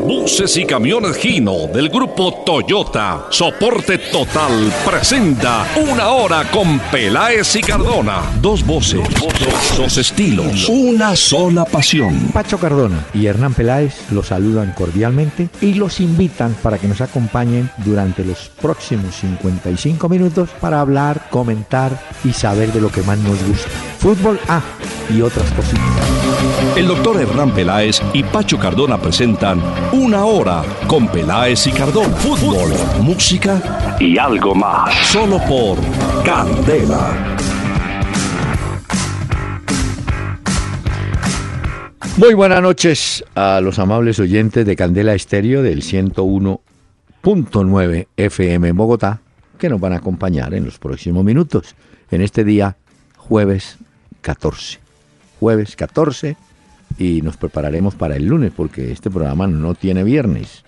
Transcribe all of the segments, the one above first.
Buses y Camiones Gino del grupo Toyota, soporte total, presenta Una Hora con Peláez y Cardona. Dos voces, dos estilos, una sola pasión. Pacho Cardona y Hernán Peláez los saludan cordialmente y los invitan para que nos acompañen durante los próximos 55 minutos para hablar, comentar y saber de lo que más nos gusta. Fútbol y otras cositas. El doctor Hernán Peláez y Pacho Cardona presentan Una Hora con Peláez y Cardona. Fútbol, música y algo más. Solo por Candela. Muy buenas noches a los amables oyentes de Candela Estéreo del 101.9 FM en Bogotá, que nos van a acompañar en los próximos minutos, en este día jueves 14. Jueves 14 y nos prepararemos para el lunes porque este programa no tiene viernes.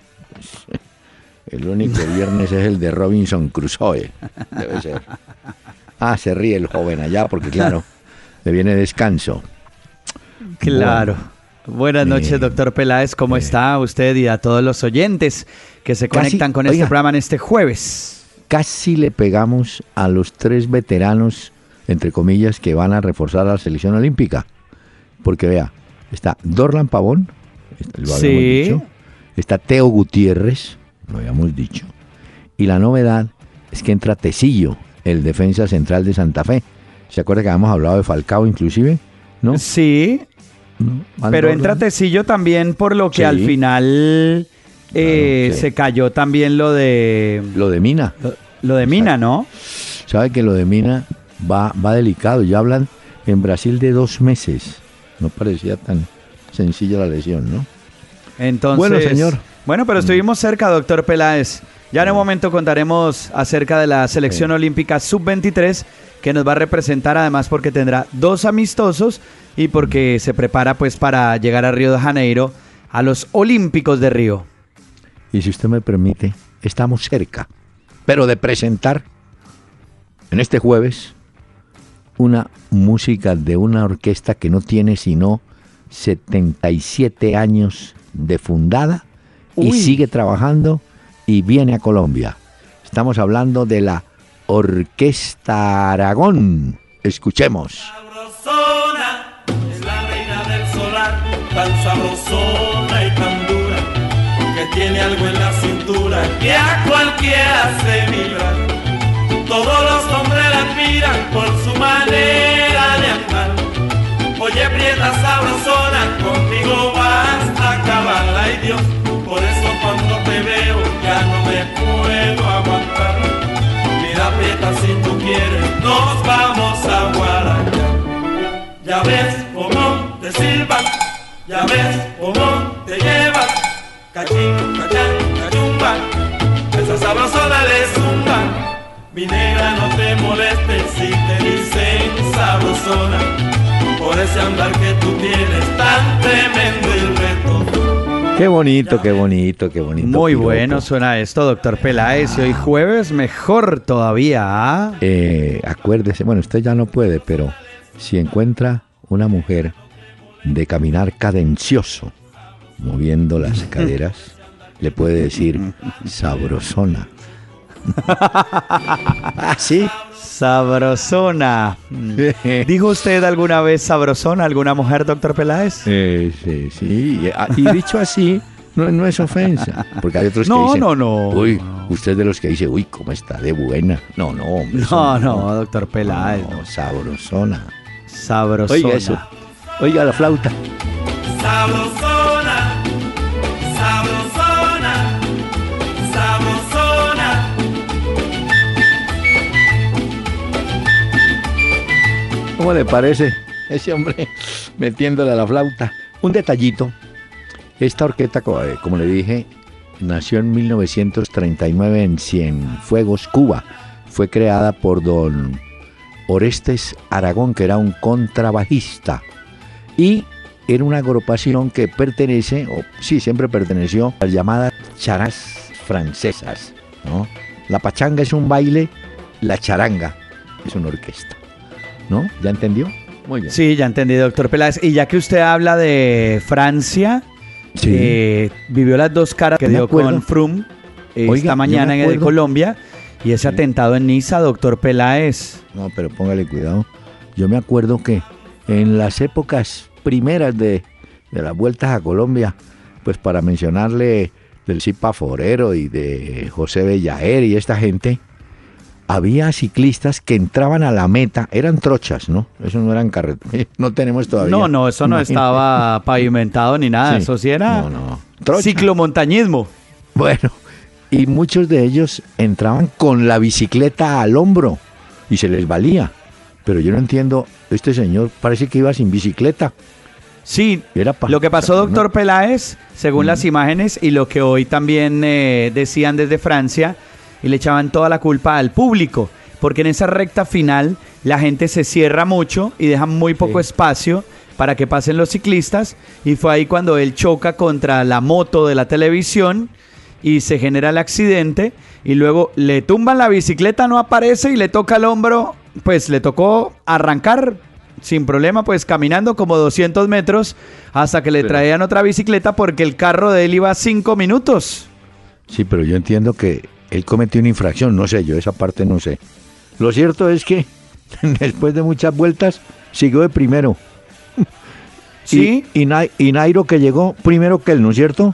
El único viernes es el de Robinson Crusoe. Debe ser. Se ríe el joven allá porque claro, le viene descanso. Claro. Buenas noches, doctor Peláez. ¿Cómo está usted y a todos los oyentes que se conectan con este programa en este jueves? Casi le pegamos a los 3 veteranos, entre comillas, que van a reforzar a la selección olímpica. Porque vea, está Dorlan Pavón, lo habíamos dicho, está Teo Gutiérrez, lo habíamos dicho, y la novedad es que entra Tecillo, el defensa central de Santa Fe. ¿Se acuerda que habíamos hablado de Falcao inclusive? ¿No? Sí, no, pero entra Tecillo también por lo que al final se cayó también lo de Mina. Lo de Mina, ¿no? Sabe que lo de Mina va delicado, ya hablan en Brasil de 2 meses. No parecía tan sencilla la lesión, ¿no? Entonces, bueno, señor. Bueno, pero estuvimos cerca, doctor Peláez. Ya en un momento contaremos acerca de la selección olímpica sub-23, que nos va a representar además porque tendrá 2 amistosos y porque se prepara pues para llegar a Río de Janeiro, a los Olímpicos de Río. Y si usted me permite, estamos cerca, pero de presentar en este jueves una música de una orquesta que no tiene sino 77 años de fundada y sigue trabajando y viene a Colombia. Estamos hablando de la Orquesta Aragón. Escuchemos. Sabrosona es la reina del solar, tan sabrosona y tan dura, que tiene algo en la cintura que a cualquiera hace vibrar. Todos los hombres la admiran por su manera de andar. Oye, prieta sabrosona, conmigo vas a acabar. Ay Dios, por eso cuando te veo ya no me puedo aguantar. Mira, prieta, si tú quieres nos vamos a Guarayá. Ya ves cómo te silban, ya ves cómo te llevan. Cachín, cachán, cachumba, esa sabrosona de zumba. Mi negra, no te molestes si te dicen sabrosona, por ese andar que tú tienes tan tremendo y reto. Qué bonito, qué bonito, qué bonito. Muy bueno suena esto, doctor Peláez. Y hoy jueves mejor todavía. Acuérdese, bueno, usted ya no puede, pero si encuentra una mujer de caminar cadencioso, moviendo las caderas, le puede decir sabrosona. ¿Sí? Sabrosona. ¿Dijo usted alguna vez sabrosona a alguna mujer, doctor Peláez? Sí. Y dicho así, no es ofensa. Porque hay otros que dicen, uy, usted de los que dice, uy, cómo está de buena. No, hombre. No, doctor Peláez. No, sabrosona. Sabrosona. Oiga eso. Oiga la flauta. Sabrosona, sabrosona, sabrosona. ¿Cómo le parece ese hombre metiéndole a la flauta? Un detallito. Esta orquesta, como le dije, nació en 1939 en Cienfuegos, Cuba. Fue creada por don Orestes Aragón, que era un contrabajista. Y era una agrupación que siempre perteneció a las llamadas charangas francesas, ¿no? La pachanga es un baile, la charanga es una orquesta, ¿no? ¿Ya entendió? Muy bien. Sí, ya entendí, doctor Peláez. Y ya que usted habla de Francia, vivió las dos caras que Yo me dio acuerdo. con Froome Oiga, esta yo mañana me en acuerdo. Colombia y ese Sí. atentado en Niza, doctor Peláez. No, pero póngale cuidado. Yo me acuerdo que en las épocas primeras de las vueltas a Colombia, pues para mencionarle del Cipa Forero y de José Bellaer y esta gente, había ciclistas que entraban a la meta, eran trochas, ¿no? Eso no eran carreteras, no tenemos todavía. No, eso no Imagínate. estaba pavimentado ni nada, Sí. eso sí era No, trocha. ciclomontañismo. Bueno, y muchos de ellos entraban con la bicicleta al hombro y se les valía. Pero yo no entiendo, este señor parece que iba sin bicicleta. Sí, Era pa- lo que pasó, ¿no? doctor Peláez, según las imágenes y lo que hoy también decían desde Francia, y le echaban toda la culpa al público, porque en esa recta final la gente se cierra mucho y deja muy poco espacio para que pasen los ciclistas, y fue ahí cuando él choca contra la moto de la televisión y se genera el accidente, y luego le tumban la bicicleta, no aparece y le toca el hombro, pues le tocó arrancar sin problema, pues caminando como 200 metros hasta que le Pero- traían otra bicicleta porque el carro de él iba 5 minutos. Sí, pero yo entiendo que él cometió una infracción, no sé, yo esa parte no sé. Lo cierto es que después de muchas vueltas siguió de primero. Sí, Y Nairo que llegó primero que él, ¿no es cierto?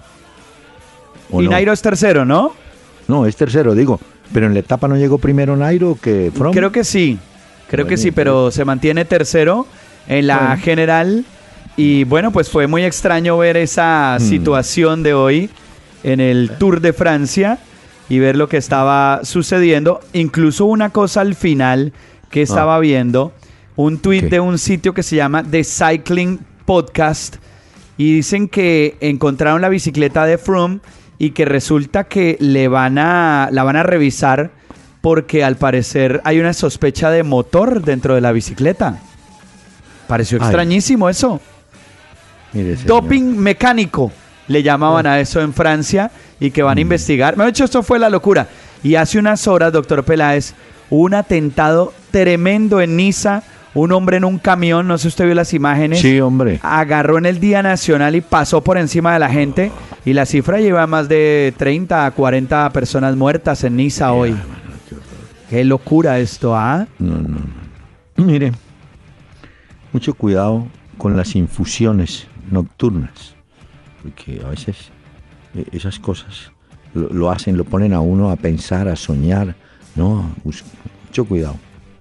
¿O y no? Nairo es tercero, ¿no? No, es tercero, digo. Pero en la etapa no llegó primero Nairo que Froome. Creo que sí, creo que Bueno, sí, pero se mantiene tercero en la Bueno. general. Y bueno, pues fue muy extraño ver esa situación de hoy en el Tour de Francia y ver lo que estaba sucediendo. Incluso una cosa al final que estaba viendo, un tuit ¿Qué? de un sitio que se llama The Cycling Podcast, y dicen que encontraron la bicicleta de Froome y que resulta que la van a revisar porque al parecer hay una sospecha de motor dentro de la bicicleta. Pareció Ay. extrañísimo eso. Mire, señor. Doping mecánico le llamaban a eso en Francia, y que van a investigar. Me ha dicho, esto fue la locura. Y hace unas horas, doctor Peláez, hubo un atentado tremendo en Niza. Un hombre en un camión, no sé si usted vio las imágenes, Sí, hombre. agarró en el Día Nacional y pasó por encima de la gente. Y la cifra lleva más de 30 a 40 personas muertas en Niza hoy. Qué locura esto, ¿ah? No. Mire, mucho cuidado con las infusiones nocturnas, porque a veces esas cosas lo hacen, lo ponen a uno a pensar, a soñar. No, mucho cuidado.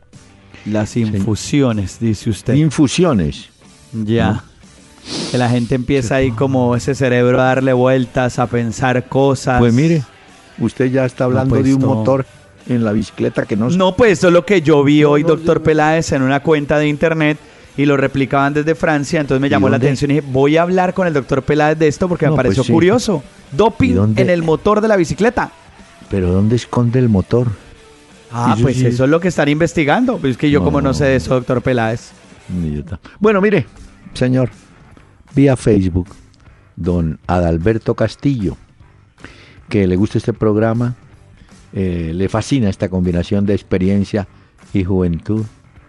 Las infusiones, dice usted. Infusiones. Ya. Que la gente empieza ahí como ese cerebro a darle vueltas, a pensar cosas. Pues mire, usted ya está hablando pues de un no. motor en la bicicleta que no... No, pues eso es lo que yo vi hoy, no, doctor no. Peláez, en una cuenta de internet, y lo replicaban desde Francia. Entonces me ¿Y llamó la dónde? atención y dije, voy a hablar con el doctor Peláez de esto porque me No, pues pareció sí. curioso. ¿Y Doping dónde? en el motor de la bicicleta. Pero ¿dónde esconde el motor? Ah, Eso pues sí. eso es lo que están investigando. Pues es que yo No. como no sé de eso, doctor Peláez. Ni yo Bueno, mire, señor, vía Facebook, don Adalberto Castillo, que le gusta este programa, le fascina esta combinación de experiencia y juventud.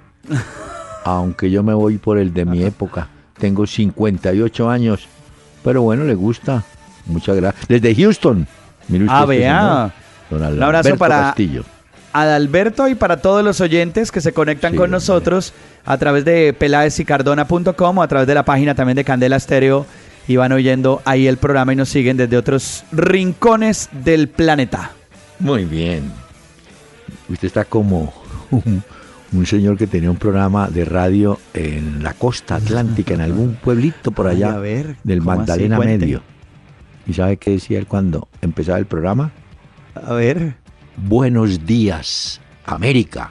Aunque yo me voy por el de mi época, tengo 58 años, pero bueno, le gusta. Muchas gracias. Desde Houston. Mire usted este Vea. señor, don Un abrazo Adalberto para Castillo. Adalberto y para todos los oyentes que se conectan Sí, con hombre. nosotros a través de peladesicardona.com o a través de la página también de Candela Estéreo, y van oyendo ahí el programa y nos siguen desde otros rincones del planeta. Muy bien. Usted está como un señor que tenía un programa de radio en la costa atlántica, en algún pueblito por Ay, allá a ver, del ¿cómo así? Magdalena Cuente. Medio. ¿Y sabe qué decía él cuando empezaba el programa? A ver. Buenos días, América.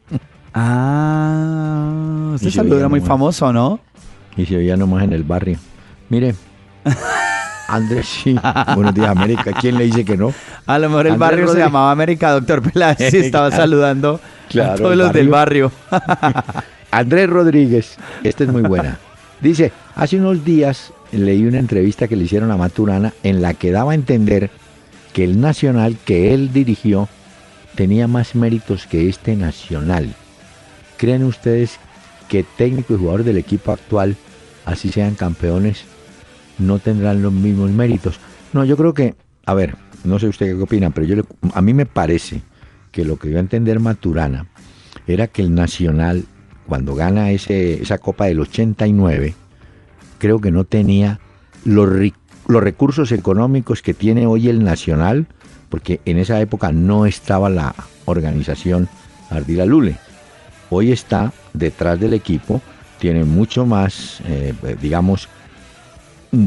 Este Y se saludo veía era muy nomás. famoso, ¿no? Y se oía nomás en el barrio. Mire, Andrés, sí. Buenos días, América. ¿Quién le dice que no? A lo mejor el Andrés barrio se Rodríguez. llamaba América, doctor Peláez, y estaba Claro. saludando a Claro, todos el los del barrio. Andrés Rodríguez, esta es muy buena. Dice, hace unos días leí una entrevista que le hicieron a Maturana en la que daba a entender que el Nacional que él dirigió tenía más méritos que este Nacional. ¿Creen ustedes que técnico y jugador del equipo actual, así sean campeones, no tendrán los mismos méritos. No, yo creo que, a ver, no sé usted qué opina, pero a mí me parece que lo que dio a entender Maturana era que el Nacional, cuando gana esa Copa del 89, creo que no tenía los recursos económicos que tiene hoy el Nacional, porque en esa época no estaba la organización Ardila Lule. Hoy está detrás del equipo, tiene mucho más, digamos, un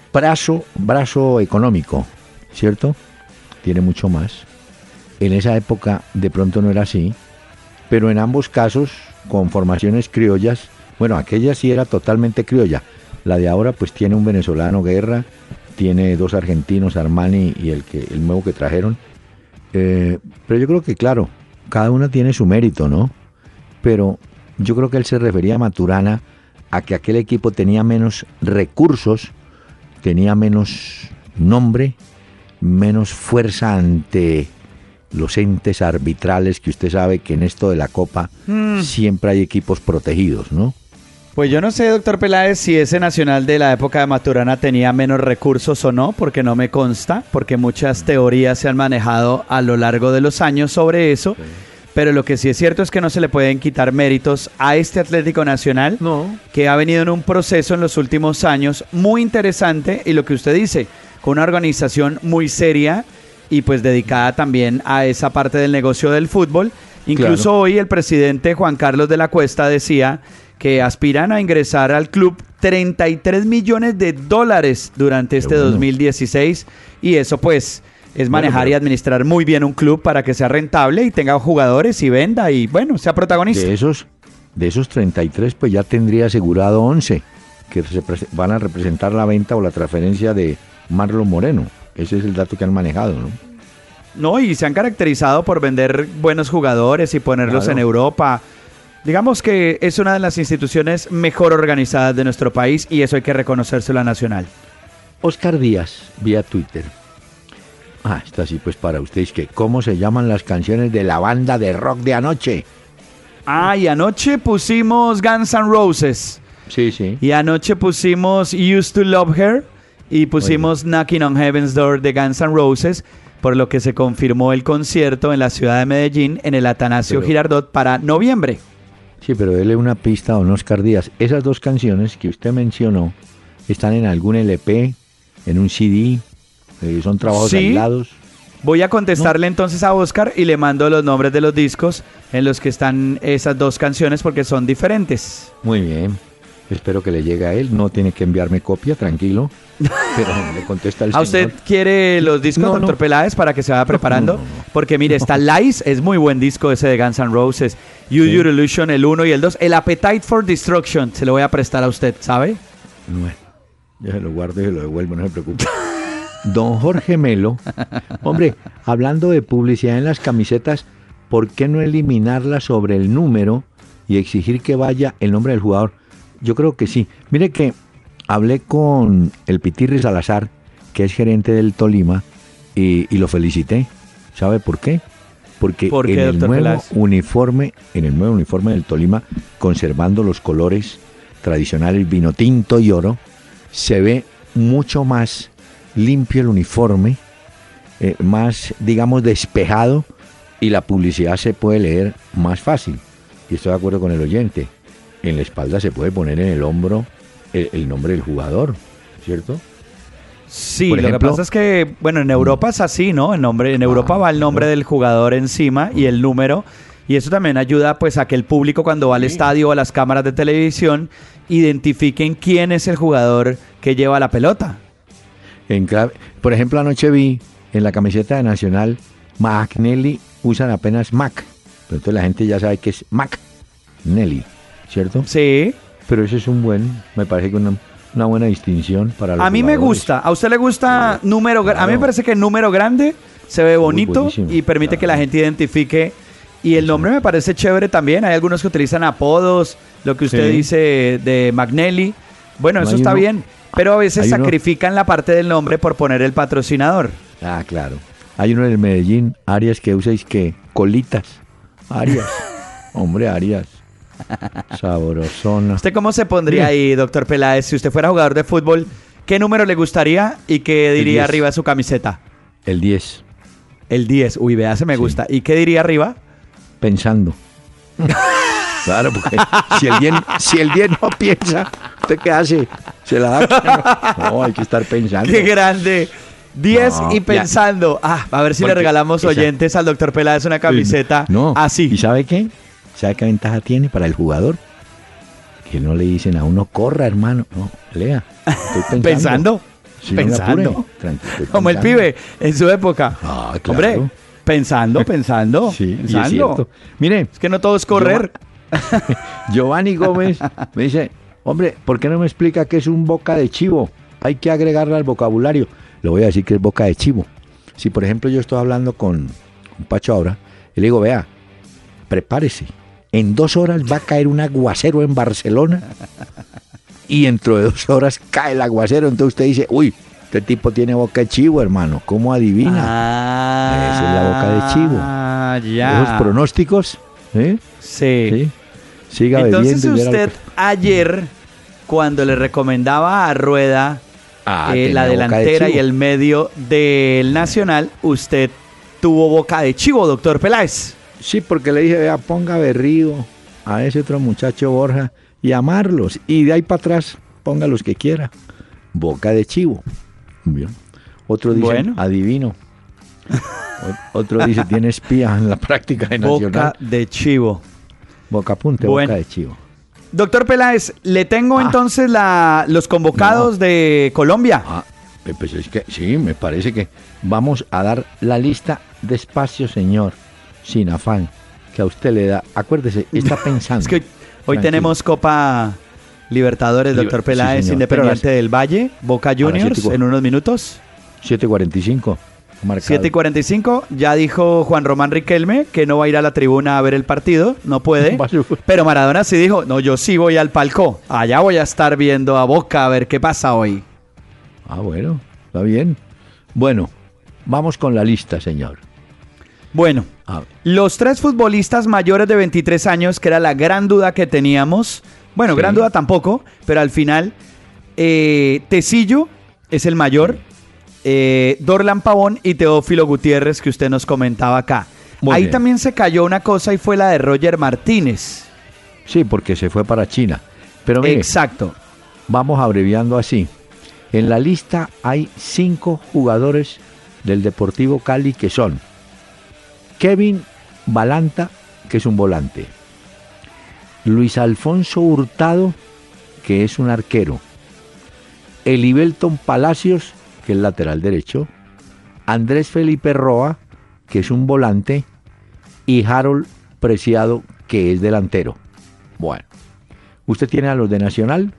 brazo económico, ¿cierto? Tiene mucho más. En esa época de pronto no era así, pero en ambos casos con formaciones criollas, bueno, aquella sí era totalmente criolla, la de ahora pues tiene un venezolano, Guerra, tiene 2 argentinos, Armani y el nuevo que trajeron, pero yo creo que claro, cada uno tiene su mérito, ¿no? Pero yo creo que él se refería a Maturana a que aquel equipo tenía menos recursos, tenía menos nombre, menos fuerza ante los entes arbitrales, que usted sabe que en esto de la Copa siempre hay equipos protegidos, ¿no? Pues yo no sé, doctor Peláez, si ese Nacional de la época de Maturana tenía menos recursos o no, porque no me consta, porque muchas teorías se han manejado a lo largo de los años sobre eso, sí. Pero lo que sí es cierto es que no se le pueden quitar méritos a este Atlético Nacional, que ha venido en un proceso en los últimos años muy interesante, y lo que usted dice, con una organización muy seria y pues dedicada también a esa parte del negocio del fútbol. Incluso claro, hoy el presidente Juan Carlos de la Cuesta decía que aspiran a ingresar al club $33 millones durante este 2016, y eso pues es manejar y administrar muy bien un club para que sea rentable y tenga jugadores y venda y bueno, sea protagonista. De esos 33 pues ya tendría asegurado 11 que van a representar la venta o la transferencia de Marlon Moreno. Ese es el dato que han manejado, ¿no? No, y se han caracterizado por vender buenos jugadores y ponerlos en Europa. Digamos que es una de las instituciones mejor organizadas de nuestro país y eso hay que reconocérselo a Nacional. Oscar Díaz, vía Twitter. Está así pues para ustedes, que ¿cómo se llaman las canciones de la banda de rock de anoche? Y anoche pusimos Guns N' Roses. Sí, sí. Y anoche pusimos Used to Love Her y pusimos Knocking on Heaven's Door de Guns N' Roses, por lo que se confirmó el concierto en la ciudad de Medellín en el Atanasio Girardot para noviembre. Sí, pero dele una pista a don Oscar Díaz. Esas 2 canciones que usted mencionó están en algún LP, en un CD, son trabajos aislados. Voy a contestarle entonces a Oscar y le mando los nombres de los discos en los que están esas 2 canciones porque son diferentes. Muy bien. Espero que le llegue a él. No tiene que enviarme copia, tranquilo. Pero le contesta el ¿A usted quiere los discos, doctor Peláez, para que se vaya preparando? No. Porque mire, está Lies, es muy buen disco ese de Guns N' Roses. Use Your Illusion, el 1 y el 2. El Appetite for Destruction, se lo voy a prestar a usted, ¿sabe? Bueno, yo se lo guardo y se lo devuelvo, no se preocupe. Don Jorge Melo, hombre, hablando de publicidad en las camisetas, ¿por qué no eliminarla sobre el número y exigir que vaya el nombre del jugador? Yo creo que sí. Mire que hablé con el Pitirri Salazar, que es gerente del Tolima, y lo felicité. ¿Sabe por qué? Porque en el nuevo uniforme del Tolima, conservando los colores tradicionales vino tinto y oro, se ve mucho más limpio el uniforme, más, digamos, despejado, y la publicidad se puede leer más fácil. Y estoy de acuerdo con el oyente. En la espalda se puede poner en el hombro el nombre del jugador, ¿cierto? Sí, por ejemplo, lo que pasa es que, bueno, en Europa es así, ¿no? En Europa va el nombre del jugador encima y el número, y eso también ayuda pues a que el público cuando va al estadio o a las cámaras de televisión identifiquen quién es el jugador que lleva la pelota. Por ejemplo, anoche vi en la camiseta de Nacional, McNelly usan apenas Mac, pero entonces la gente ya sabe que es McNelly, ¿cierto? Sí. Pero ese es me parece que una buena distinción para los A mí jugadores. Me gusta. ¿A usted le gusta número grande? A mí me parece que el número grande se ve bonito y permite que la gente identifique. Y el nombre me parece chévere también. Hay algunos que utilizan apodos, lo que usted dice de McNelly. Bueno, eso está bien. Pero a veces sacrifican la parte del nombre por poner el patrocinador. Claro. Hay uno en el Medellín, Arias, que usa colitas. Arias. Hombre, Arias. Sabrosona. ¿Usted cómo se pondría ahí, doctor Peláez, si usted fuera jugador de fútbol ¿Qué número le gustaría y qué diría 10. arriba de su camiseta? El 10, El 10. Uy, vea, se me Sí. gusta. ¿Y qué diría arriba? pensando. Claro, porque si el 10 no piensa, ¿usted qué hace? Se la da. No, hay que estar pensando. ¡Qué grande! 10 No, y ya. pensando. A ver si le Porque regalamos esa- oyentes al doctor Peláez una camiseta No. así. ¿Y sabe qué? ¿Sabe qué ventaja tiene para el jugador? Que no le dicen a uno, corra, hermano. No, lea. Estoy Pensando. Sí, no me Pensando. apure. Tranquilo, estoy Como el pensando. pibe en su época. Ah, claro. Hombre, pensando. Sí, y es pensando. cierto. Mire, Es que no todo es correr. Giovanni Gómez me dice, hombre, ¿por qué no me explica qué es un boca de chivo? Hay que agregarle al vocabulario. Le voy a decir que es boca de chivo. Si, por ejemplo, yo estoy hablando con Pacho ahora, y le digo, vea, prepárese. En 2 horas va a caer un aguacero en Barcelona y dentro de 2 horas cae el aguacero. Entonces usted dice, uy, este tipo tiene boca de chivo, hermano. ¿Cómo adivina? Ah, Esa es la boca de chivo. Ah, ya. Esos pronósticos, ¿eh? Sí. Sí. Siga Entonces bebiendo y verá lo usted ayer, cuando le recomendaba a Rueda tenía la boca de delantera chivo. y el medio del Nacional, usted tuvo boca de chivo, doctor Peláez. Sí, porque le dije, vea, ponga Berrío a ese otro muchacho Borja y amarlos. Y de ahí para atrás, ponga los que quiera. Boca de chivo. Bien. Otro dice, Bueno. adivino. Otro dice, tiene espía en la práctica de Boca Nacional. de chivo. Boca apunte, Bueno. boca de chivo. Doctor Peláez, le tengo entonces los convocados de Colombia. Ah, pues es que sí, me parece que vamos a dar la lista despacio, señor, sin afán, que a usted le da. Acuérdese, está pensando. Es que hoy Tranquilo. tenemos Copa Libertadores, doctor Sí, Peláez, señor. Independiente Pero del Valle, Boca las Juniors, 7:40. en unos minutos. 7:45. Marcado. 7:45, ya dijo Juan Román Riquelme que no va a ir a la tribuna a ver el partido, no puede. Pero Maradona sí dijo, no, yo sí voy al palco, allá voy a estar viendo a Boca a ver qué pasa hoy. Ah, bueno, está bien. Bueno, vamos con la lista, señor. Bueno, A ver. los 3 futbolistas mayores de 23 años, que era la gran duda que teníamos, bueno, Sí. gran duda tampoco, pero al final, Tecillo es el mayor, Dorlan Pavón y Teófilo Gutiérrez, que usted nos comentaba acá. Muy Ahí bien. también se cayó una cosa y fue la de Roger Martínez. Sí, porque se fue para China. Pero mire, Exacto. vamos abreviando así. En la lista hay 5 jugadores del Deportivo Cali que son Kevin Balanta, que es un volante, Luis Alfonso Hurtado, que es un arquero, Elibelton Palacios, que es lateral derecho, Andrés Felipe Roa, que es un volante, y Harold Preciado, que es delantero. Bueno, ¿usted tiene a los de Nacional?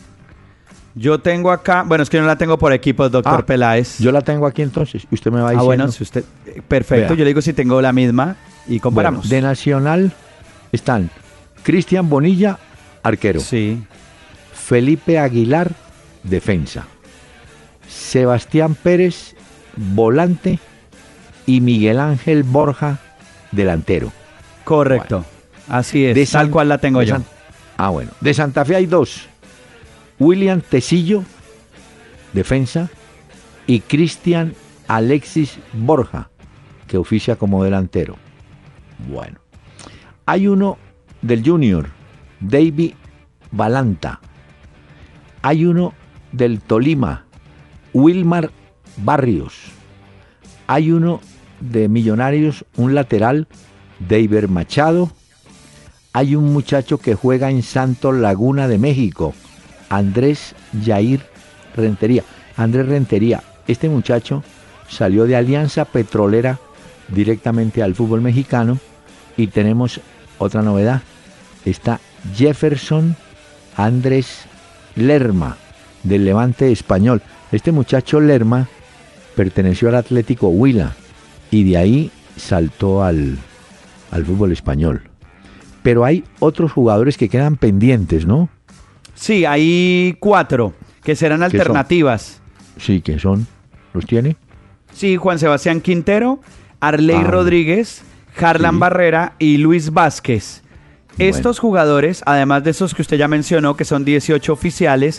Yo tengo acá, bueno, es que no la tengo por equipos, doctor Ah, Peláez. Yo la tengo aquí entonces, usted me va diciendo. bueno, si usted, perfecto, Vea. yo le digo si tengo la misma y comparamos. Bueno, de Nacional están Cristian Bonilla, arquero, Sí. Felipe Aguilar, defensa, Sebastián Pérez, volante, y Miguel Ángel Borja, delantero. Correcto. Así es, De tal San- cual la tengo de yo. San- bueno, de Santa Fe hay 2, William Tecillo, defensa, y Cristian Alexis Borja, que oficia como delantero. Bueno, hay uno del Junior, David Balanta. Hay uno del Tolima, Wilmar Barrios. Hay uno de Millonarios, un lateral, David Machado. Hay un muchacho que juega en Santos Laguna de México, Andrés Yair Rentería. Andrés Rentería, este muchacho salió de Alianza Petrolera directamente al fútbol mexicano. Y tenemos otra novedad, está Jefferson Andrés Lerma, del Levante Español. Este muchacho Lerma perteneció al Atlético Huila y de ahí saltó al fútbol español. Pero hay otros jugadores que quedan pendientes, ¿no? Sí, hay 4 que serán ¿Qué son? alternativas. Sí, que son. ¿Los tiene? Sí, Juan Sebastián Quintero, Arley Ah, Rodríguez, Harlan sí. Barrera y Luis Vázquez. Bueno. Estos jugadores, además de esos que usted ya mencionó, que son 18 oficiales,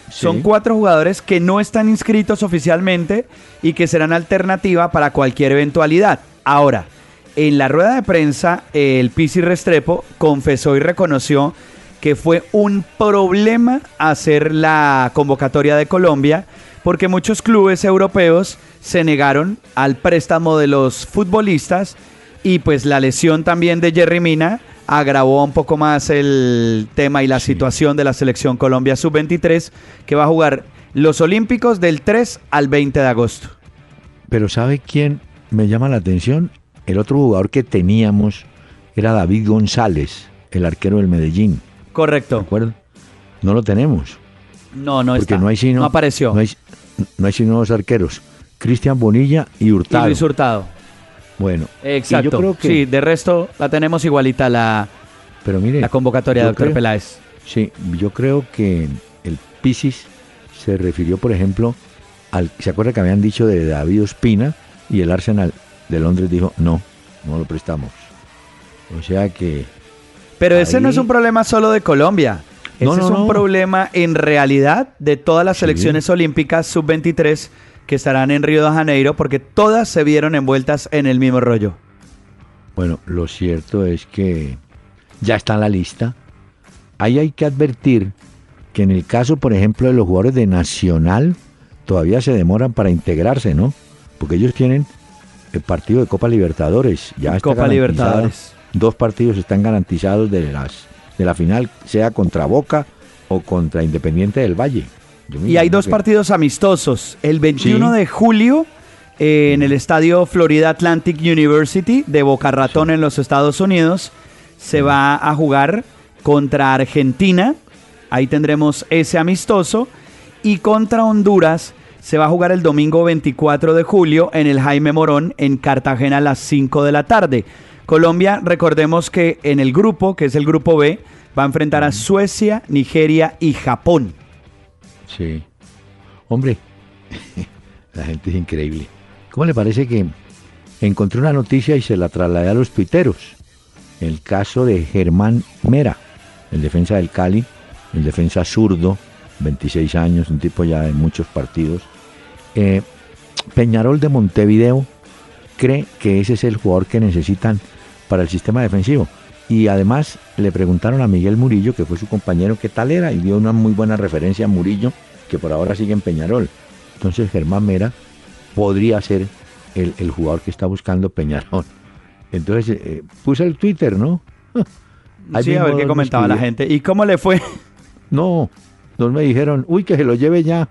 Son 4 jugadores que no están inscritos oficialmente y que serán alternativa para cualquier eventualidad. Ahora, en la rueda de prensa, el Pizzi Restrepo confesó y reconoció que fue un problema hacer la convocatoria de Colombia porque muchos clubes europeos se negaron al préstamo de los futbolistas y pues la lesión también de Yerry Mina agravó un poco más el tema y la situación de la selección Colombia Sub-23 que va a jugar los Olímpicos del 3 al 20 de agosto. Pero ¿sabe quién me llama la atención? El otro jugador que teníamos era David González, el arquero del Medellín. Correcto. ¿De acuerdo? No lo tenemos. No porque está. No hay sino, no apareció. No hay sino 2 arqueros, Cristian Bonilla y Hurtado. Y Luis Hurtado. Bueno, exacto. Yo creo que, sí, de resto la tenemos igualita la convocatoria de Dr. Peláez. Sí, yo creo que el Pizzi se refirió, por ejemplo, ¿se acuerda que habían dicho de David Ospina? Y el Arsenal de Londres dijo, no lo prestamos. O sea que... Pero ese no es un problema solo de Colombia. Ese es un problema en realidad de todas las selecciones olímpicas sub-23 que estarán en Río de Janeiro porque todas se vieron envueltas en el mismo rollo. Bueno, lo cierto es que ya está en la lista. Ahí hay que advertir que en el caso, por ejemplo, de los jugadores de Nacional, todavía se demoran para integrarse, ¿no? Porque ellos tienen el partido de Copa Libertadores. Ya está Copa Libertadores. 2 partidos están garantizados de la final, sea contra Boca o contra Independiente del Valle. Y hay 2 partidos amistosos. El 21 de julio en el estadio Florida Atlantic University de Boca Ratón en los Estados Unidos se va a jugar contra Argentina. Ahí tendremos ese amistoso. Y contra Honduras se va a jugar el domingo 24 de julio en el Jaime Morón en Cartagena a las 5 de la tarde. Colombia, recordemos que en el grupo, que es el grupo B, va a enfrentar a Suecia, Nigeria y Japón. Sí. Hombre, la gente es increíble. ¿Cómo le parece que encontré una noticia y se la trasladé a los tuiteros? El caso de Germán Mera, el defensa del Cali, el defensa zurdo, 26 años, un tipo ya de muchos partidos. Peñarol de Montevideo cree que ese es el jugador que necesitan para el sistema defensivo. Y además le preguntaron a Miguel Murillo, que fue su compañero, qué tal era, y dio una muy buena referencia a Murillo, que por ahora sigue en Peñarol. Entonces Germán Mera podría ser el jugador que está buscando Peñarol. Entonces puse el Twitter, ¿no? Sí, a ver qué comentaba la gente. ¿Y cómo le fue? No, 2 me dijeron, uy, que se lo lleve ya.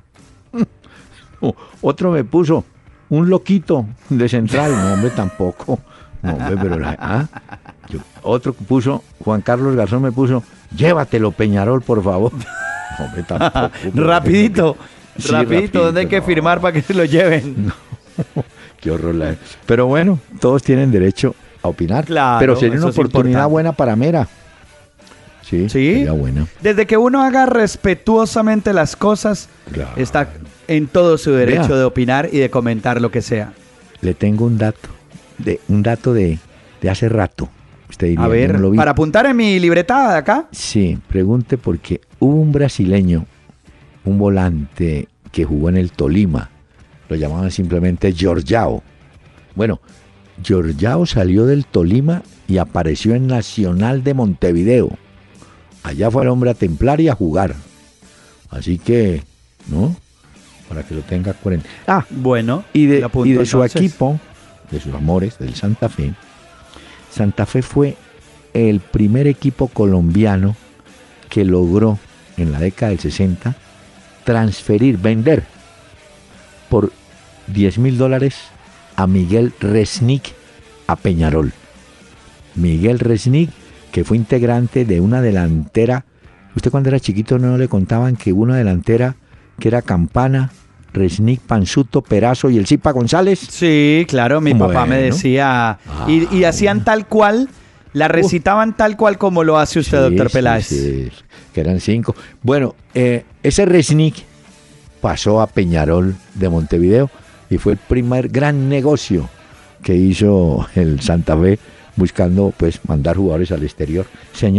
Otro me puso, un loquito de Central. No, hombre, tampoco. No, hombre, pero otro puso, Juan Carlos Garzón me puso, llévatelo Peñarol, por favor. No, hombre, tampoco. Rapidito, sí, rapidito, ¿dónde hay que firmar para que se lo lleven? No, qué horror. Pero bueno, todos tienen derecho a opinar. Claro, pero sería una oportunidad buena para Mera. Sí, sería buena. Desde que uno haga respetuosamente las cosas, claro, está en todo su derecho de opinar y de comentar lo que sea. Le tengo un dato de hace rato. Usted diría, a ver, no lo vi. Para apuntar en mi libreta de acá. Sí, pregunte porque hubo un brasileño, un volante que jugó en el Tolima, lo llamaban simplemente Jorjao. Bueno, Jorjao salió del Tolima y apareció en Nacional de Montevideo. Allá fue el hombre a templar y a jugar. Así que, ¿no? Para que lo tenga 40. Bueno. Y de su equipo, de sus amores, del Santa Fe. Santa Fe fue el primer equipo colombiano que logró, en la década del 60, vender por $10,000 a Miguel Resnick a Peñarol. Miguel Resnick, que fue integrante de una delantera. Usted cuando era chiquito no le contaban que hubo una delantera que era Campana, Resnick, Panzuto, Perazo y el Zipa González. Sí, claro, mi papá me decía. Y hacían tal cual, la recitaban tal cual como lo hace usted, doctor Peláez. Sí, que eran 5. Bueno, ese Resnick pasó a Peñarol de Montevideo y fue el primer gran negocio que hizo el Santa Fe buscando pues mandar jugadores al exterior. Señor,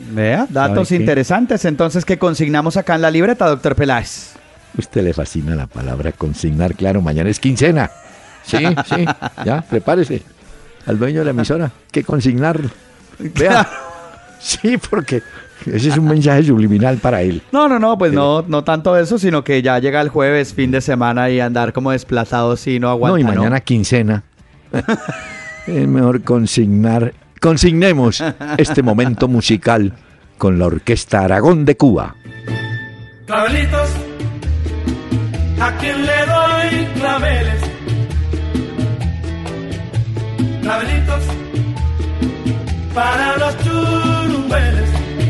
Vea, datos ¿Sabe qué? interesantes. Entonces, ¿qué consignamos acá en la libreta, doctor Peláez? Usted le fascina la palabra consignar, claro, mañana es quincena. Sí, sí, ya, prepárese. Al dueño de la emisora, que consignar. Vea. Sí, porque ese es un mensaje subliminal para él. No, pues no tanto eso, sino que ya llega el jueves, fin de semana y andar como desplazados y no aguanta. No, y mañana quincena. Es mejor consignar. Consignemos este momento musical con la Orquesta Aragón de Cuba. Clavelitos, ¿a quién le doy claveles? Clavelitos, para los churumbeles.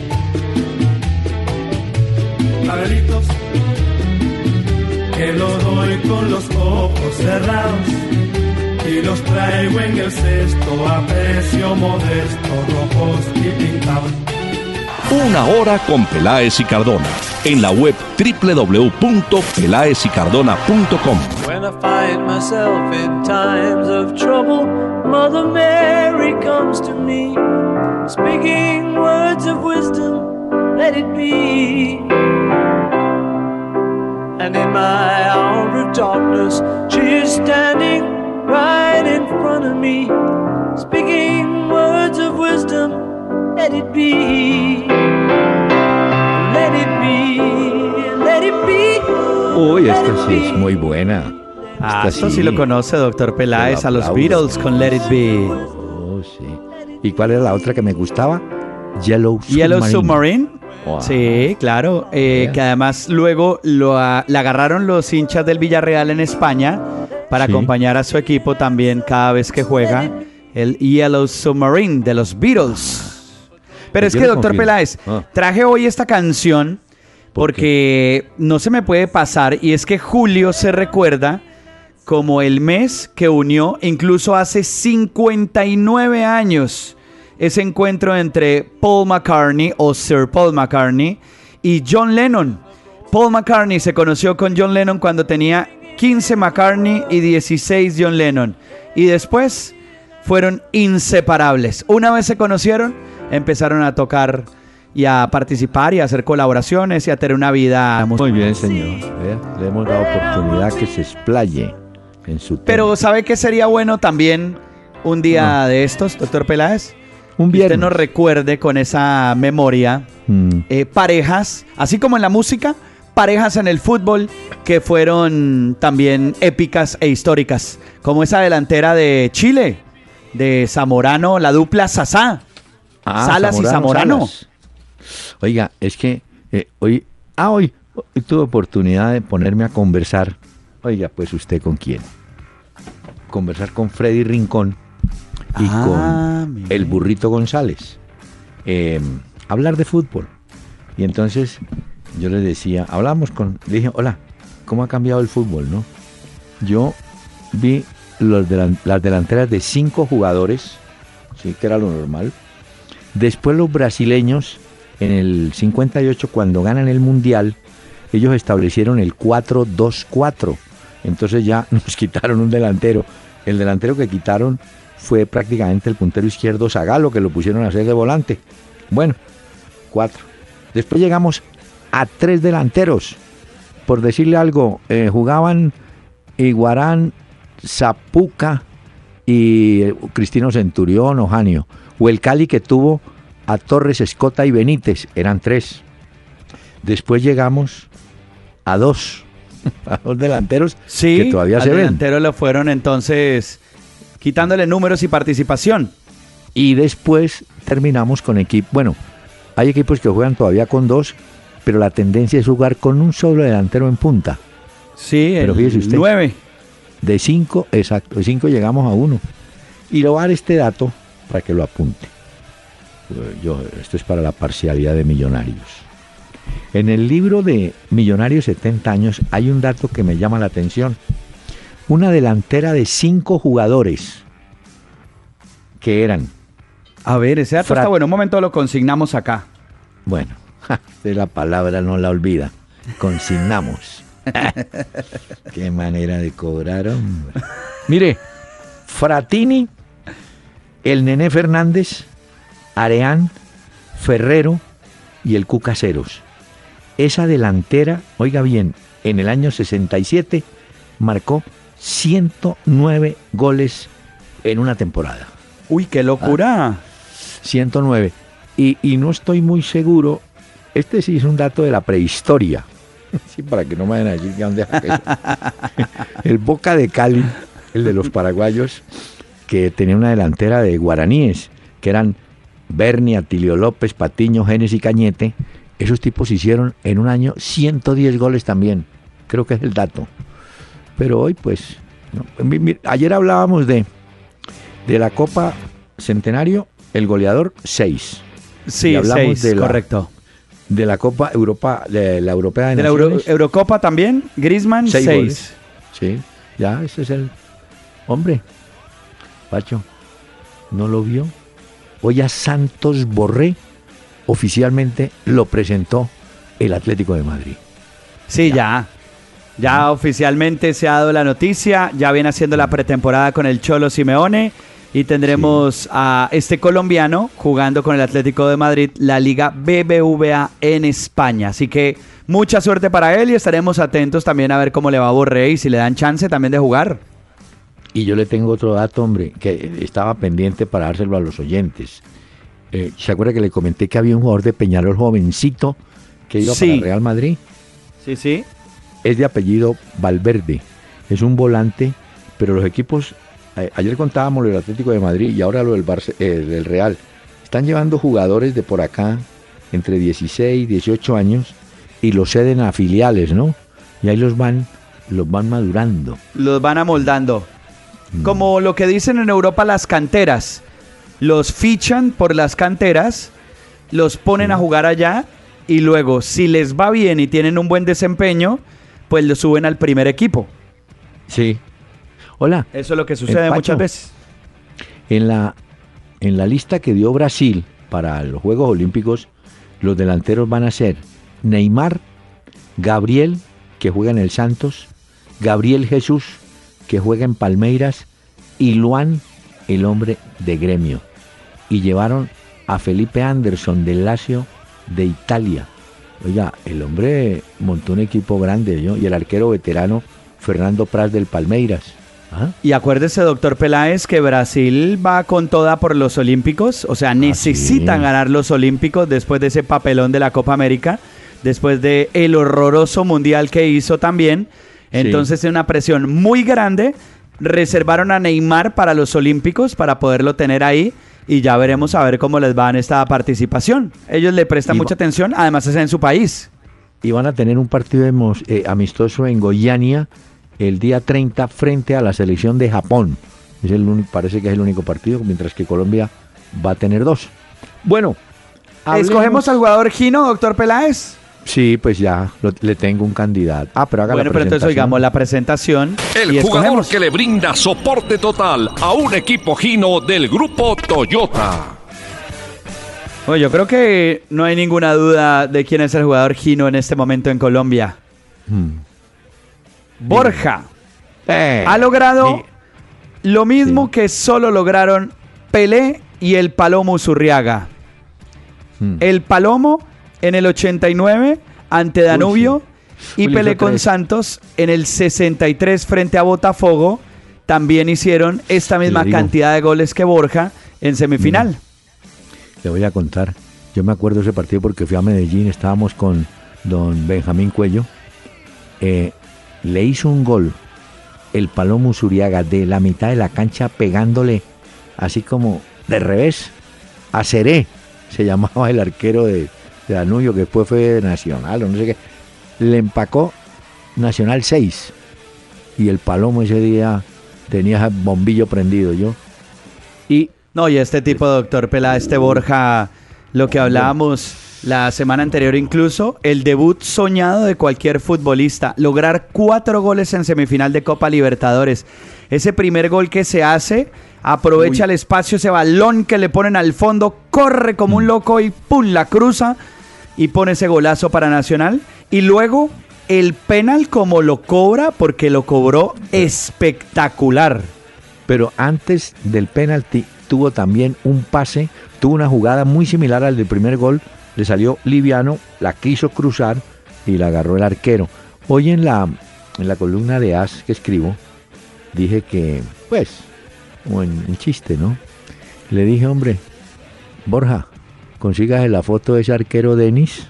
Clavelitos, que los doy con los ojos cerrados y los traigo en el cesto a precio modesto, rojos y pintados. Una hora con Peláez y Cardona. En la web www.pelaezicardona.com. When I find myself in times of trouble, Mother Mary comes to me, speaking words of wisdom, let it be. And in my hour of darkness, she is standing right in front of me, speaking words of wisdom, let it be. Let it be, let it be. Uy, esta sí es muy buena. Esto sí lo conoce, doctor Peláez, a los Beatles con Let It Be. Oh, sí. ¿Y cuál era la otra que me gustaba? Yellow Submarine. Wow. Sí, claro. Que además luego la agarraron los hinchas del Villarreal en España para Sí. acompañar a su equipo también cada vez que juega el Yellow Submarine de los Beatles. Pero es Yo que, le doctor confío. Peláez, traje hoy esta canción porque no se me puede pasar, y es que julio se recuerda como el mes que unió incluso hace 59 años ese encuentro entre Paul McCartney o Sir Paul McCartney y John Lennon. Paul McCartney se conoció con John Lennon cuando tenía 15 McCartney y 16 John Lennon, y después fueron inseparables. Una vez se conocieron, empezaron a tocar y a participar y a hacer colaboraciones y a tener una vida. Muy bien, señor. Vea, le hemos dado oportunidad que se explaye en su tema. Pero ¿sabe qué sería bueno también un día de estos, doctor Peláez? Un Que viernes. usted nos recuerde con esa memoria parejas, así como en la música, parejas en el fútbol que fueron también épicas e históricas, como esa delantera de Chile, de Zamorano, la dupla Sasá, Salas y Zamorano. Salas. Oiga, es que hoy tuve oportunidad de ponerme a conversar. Oiga, pues usted con quién. Conversar con Freddy Rincón y con mire. el Burrito González. Hablar de fútbol. Y entonces yo les decía, le dije, hola, ¿cómo ha cambiado el fútbol, no? Yo vi las delanteras de 5 jugadores, sí, que era lo normal. Después los brasileños, en el 58, cuando ganan el Mundial, ellos establecieron el 4-2-4. Entonces ya nos quitaron un delantero. El delantero que quitaron fue prácticamente el puntero izquierdo Zagallo, que lo pusieron a hacer de volante. Bueno, 4. Después llegamos a 3 delanteros. Por decirle algo, jugaban Iguarán, Zapuca y Cristino Centurión o Janio. O el Cali, que tuvo a Torres, Escota y Benítez, eran 3. Después llegamos a 2 delanteros que todavía se ven. Delantero lo fueron entonces quitándole números y participación. Y después terminamos con equipos. Bueno, hay equipos que juegan todavía con 2, pero la tendencia es jugar con un solo delantero en punta. Sí, Pero fíjese usted. 9. De 5, exacto, de 5 llegamos a 1. Y le voy a dar este dato para que lo apunte. Esto es para la parcialidad de Millonarios. En el libro de Millonarios 70 años hay un dato que me llama la atención. Una delantera de 5 jugadores que eran... A ver, ese dato está bueno. Un momento lo consignamos acá. Bueno, de la palabra no la olvida. Consignamos. Qué manera de cobrar, hombre. Mire, Fratini, el Nené Fernández, Areán, Ferrero y el Cuca Ceros. Esa delantera, oiga bien, en el año 67 marcó 109 goles en una temporada. Uy, qué locura. 109. Y no estoy muy seguro, este sí es un dato de la prehistoria. Sí, para que no me vayan a decir que dónde eso. El Boca de Cali, el de los paraguayos, que tenía una delantera de guaraníes, que eran Berni, Atilio López, Patiño, Genes y Cañete. Esos tipos hicieron en un año 110 goles también. Creo que es el dato. Pero hoy, pues, no. Ayer hablábamos de la Copa Centenario, el goleador 6. Sí, 6, correcto. De la Copa Europa, de la Europea de la Eurocopa también, Griezmann, 6. Sí, ya, ese es el hombre. Pacho, ¿no lo vio? Hoy a Santos Borré oficialmente lo presentó el Atlético de Madrid. Sí, ya oficialmente se ha dado la noticia, ya viene haciendo la pretemporada con el Cholo Simeone y tendremos a este colombiano jugando con el Atlético de Madrid la Liga BBVA en España. Así que mucha suerte para él y estaremos atentos también a ver cómo le va a Borré y si le dan chance también de jugar. Y yo le tengo otro dato, hombre, que estaba pendiente para dárselo a los oyentes. ¿Se acuerda que le comenté que había un jugador de Peñarol jovencito que iba para Real Madrid? Sí, sí. Es de apellido Valverde. Es un volante, pero los equipos... ayer contábamos lo del Atlético de Madrid y ahora lo del Real. Están llevando jugadores de por acá, entre 16 y 18 años, y los ceden a filiales, ¿no? Y ahí los van madurando. Los van amoldando. Como lo que dicen en Europa las canteras. Los fichan por las canteras, los ponen a jugar allá y luego, si les va bien y tienen un buen desempeño, pues los suben al primer equipo. Sí. Hola. Eso es lo que sucede muchas veces. En la lista que dio Brasil para los Juegos Olímpicos, los delanteros van a ser Neymar, Gabriel, que juega en el Santos, Gabriel Jesús, que juega en Palmeiras, y Luan, el hombre de Gremio. Y llevaron a Felipe Anderson del Lazio de Italia. Oiga, el hombre montó un equipo grande, ¿no? Y el arquero veterano Fernando Praz del Palmeiras. ¿Ah? Y acuérdese, doctor Peláez, que Brasil va con toda por los Olímpicos. O sea, necesitan ganar los Olímpicos después de ese papelón de la Copa América, después de el horroroso mundial que hizo también. Entonces es una presión muy grande. Reservaron a Neymar para los Olímpicos para poderlo tener ahí y ya veremos a ver cómo les va en esta participación. Ellos le prestan mucha atención, además es en su país. Y van a tener un partido amistoso en Goiânia el día 30 frente a la selección de Japón. Es el único, parece que es el único partido, mientras que Colombia va a tener 2. Bueno, ¿escogemos al jugador Gino, doctor Peláez? Sí, pues ya le tengo un candidato. Pero haga la presentación. Pero entonces oigamos la presentación. El jugador que le brinda soporte total a un equipo Gino del grupo Toyota. Bueno, yo creo que no hay ninguna duda de quién es el jugador Gino en este momento en Colombia. Borja ha logrado lo mismo que solo lograron Pelé y el Palomo Uzurriaga. El Palomo en el 89 ante Danubio y Pelé con Santos en el 63 frente a Botafogo también hicieron esta misma cantidad de goles que Borja en semifinal. Le voy a contar, yo me acuerdo de ese partido porque fui a Medellín, estábamos con don Benjamín Cuello, le hizo un gol el Palomo Uzurriaga de la mitad de la cancha pegándole así como de revés a Seré, se llamaba el arquero de Danubio, que después fue de Nacional o no sé qué. Le empacó Nacional 6 y el Palomo ese día tenía bombillo prendido y este tipo, doctor Pelá, este Borja, lo que hablábamos la semana anterior incluso, el debut soñado de cualquier futbolista, lograr 4 goles en semifinal de Copa Libertadores. Ese primer gol que se hace, aprovecha el espacio, ese balón que le ponen al fondo, corre como un loco y ¡pum!, la cruza y pone ese golazo para Nacional. Y luego el penal como lo cobra, porque lo cobró espectacular. pero antes del penalti tuvo también un pase, tuvo una jugada muy similar al del primer gol, le salió liviano, la quiso cruzar y la agarró el arquero. Hoy en la columna de AS que escribo, dije que, pues, como en chiste, ¿no? Le dije, hombre, Borja, consígase la foto de ese arquero Denis,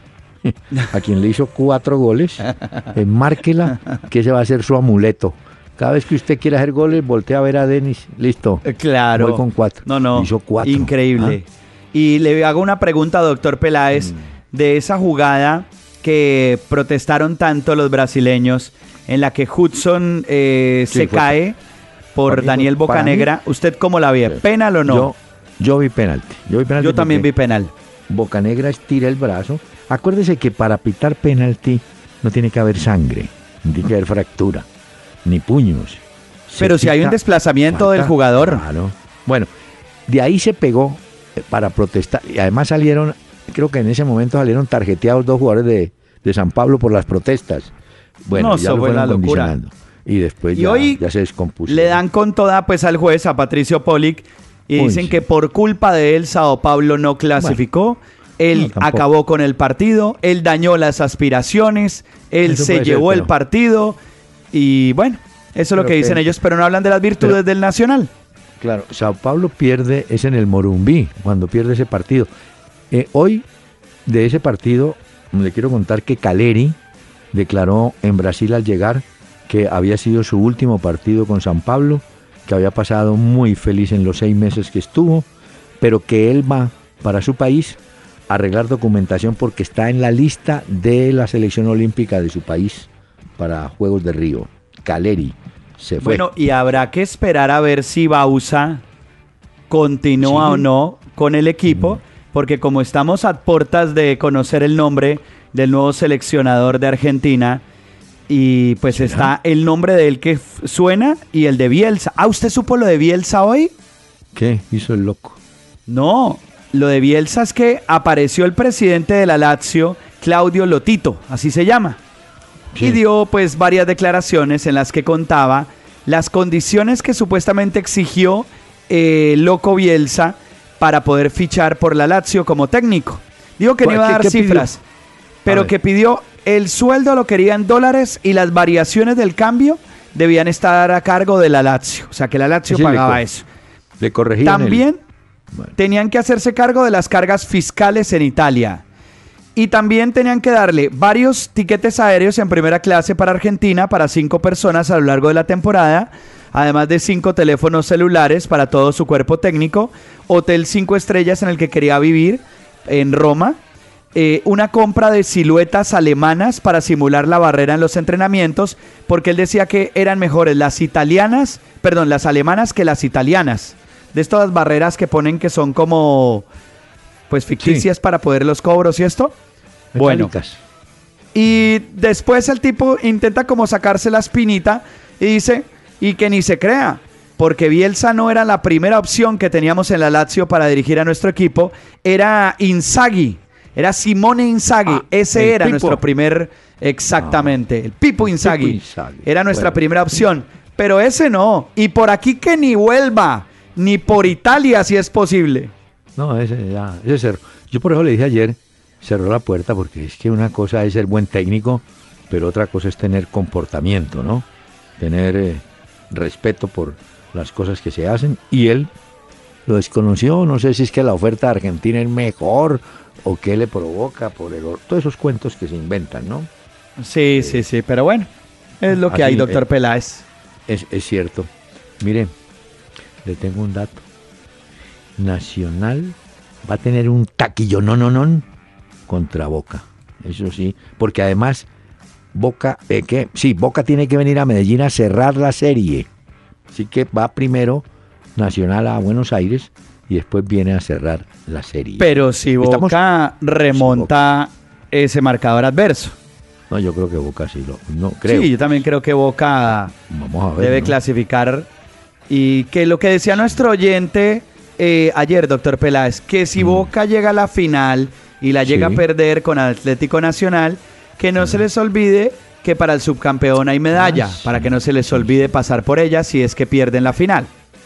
a quien le hizo 4 goles, márquela, que ese va a ser su amuleto. Cada vez que usted quiera hacer goles, voltea a ver a Denis, listo. Claro. Voy con 4. No, hizo 4. increíble. Y le hago una pregunta, doctor Peláez, de esa jugada que protestaron tanto los brasileños, en la que Hudson se cae por Daniel Bocanegra. ¿Usted cómo la ve? ¿Penal o no? Yo vi penalti. Yo también vi penal. Bocanegra estira el brazo. Acuérdese que para pitar penalti no tiene que haber sangre, no tiene que haber fractura, ni puños. Pero si hay un desplazamiento del jugador. Claro. Bueno, de ahí se pegó para protestar. Y además salieron, creo que en ese momento salieron tarjeteados 2 jugadores de San Pablo por las protestas. Bueno, no, ya lo fue fueron la locura. condicionando. Y después hoy ya se descompuso. Le dan con toda pues al juez, a Patricio Polic, y dicen que por culpa de él Sao Paulo no clasificó. Él acabó con el partido, él dañó las aspiraciones, él se llevó el partido y bueno, eso es lo que dicen ellos, pero no hablan de las virtudes del Nacional. Claro, Sao Paulo pierde, es en el Morumbí, cuando pierde ese partido. Hoy, de ese partido, le quiero contar que Caleri declaró en Brasil al llegar que había sido su último partido con San Pablo, que había pasado muy feliz en los 6 meses que estuvo, pero que él va para su país a arreglar documentación porque está en la lista de la selección olímpica de su país para Juegos de Río. Caleri se fue. Bueno, y habrá que esperar a ver si Bausa continúa o no con el equipo, porque como estamos a puertas de conocer el nombre del nuevo seleccionador de Argentina, y pues está el nombre de él que suena y el de Bielsa. ¿Usted supo lo de Bielsa hoy? ¿Qué hizo el loco? No, lo de Bielsa es que apareció el presidente de la Lazio, Claudio Lotito, así se llama. Sí. Y dio pues varias declaraciones en las que contaba las condiciones que supuestamente exigió Loco Bielsa para poder fichar por la Lazio como técnico. Digo que no iba a dar cifras, pero que pidió el sueldo lo quería en dólares y las variaciones del cambio debían estar a cargo de la Lazio. O sea, que la Lazio pagaba eso. Le corregían. También tenían que hacerse cargo de las cargas fiscales en Italia. Y también tenían que darle varios tiquetes aéreos en primera clase para Argentina para 5 personas a lo largo de la temporada, además de 5 teléfonos celulares para todo su cuerpo técnico, hotel 5 estrellas en el que quería vivir en Roma, una compra de siluetas alemanas para simular la barrera en los entrenamientos, porque él decía que eran mejores las alemanas que las italianas. De estas barreras que ponen que son como pues ficticias para poder los cobros y esto. Bueno, y después el tipo intenta como sacarse la espinita y dice, y que ni se crea, porque Bielsa no era la primera opción que teníamos en la Lazio para dirigir a nuestro equipo, era Inzaghi, era Simone Inzaghi, ese era nuestro primer, exactamente, el Pipo Inzaghi, era nuestra primera opción, pero ese no, y por aquí que ni vuelva, ni por Italia si es posible. No, ese cerró. Yo por eso le dije ayer, cerró la puerta, porque es que una cosa es ser buen técnico, pero otra cosa es tener comportamiento, ¿no? Tener respeto por las cosas que se hacen, y él lo desconoció, no sé si es que la oferta de Argentina es mejor, o qué le provoca, todos esos cuentos que se inventan, ¿no? Sí, pero bueno, es lo que hay, doctor Peláez. Es cierto. Mire, le tengo un dato. Nacional va a tener un taquillo no contra Boca, eso sí, porque además Boca tiene que venir a Medellín a cerrar la serie, así que va primero Nacional a Buenos Aires y después viene a cerrar la serie. Pero si Boca remonta ese marcador adverso. No, yo creo que Boca creo. Sí, yo también creo que Boca debe clasificar, y que lo que decía nuestro oyente ayer, doctor Peláez, que si Boca llega a la final y la llega a perder con Atlético Nacional, que no se les olvide que para el subcampeón hay medalla, para que no se les olvide pasar por ella si es que pierden la final.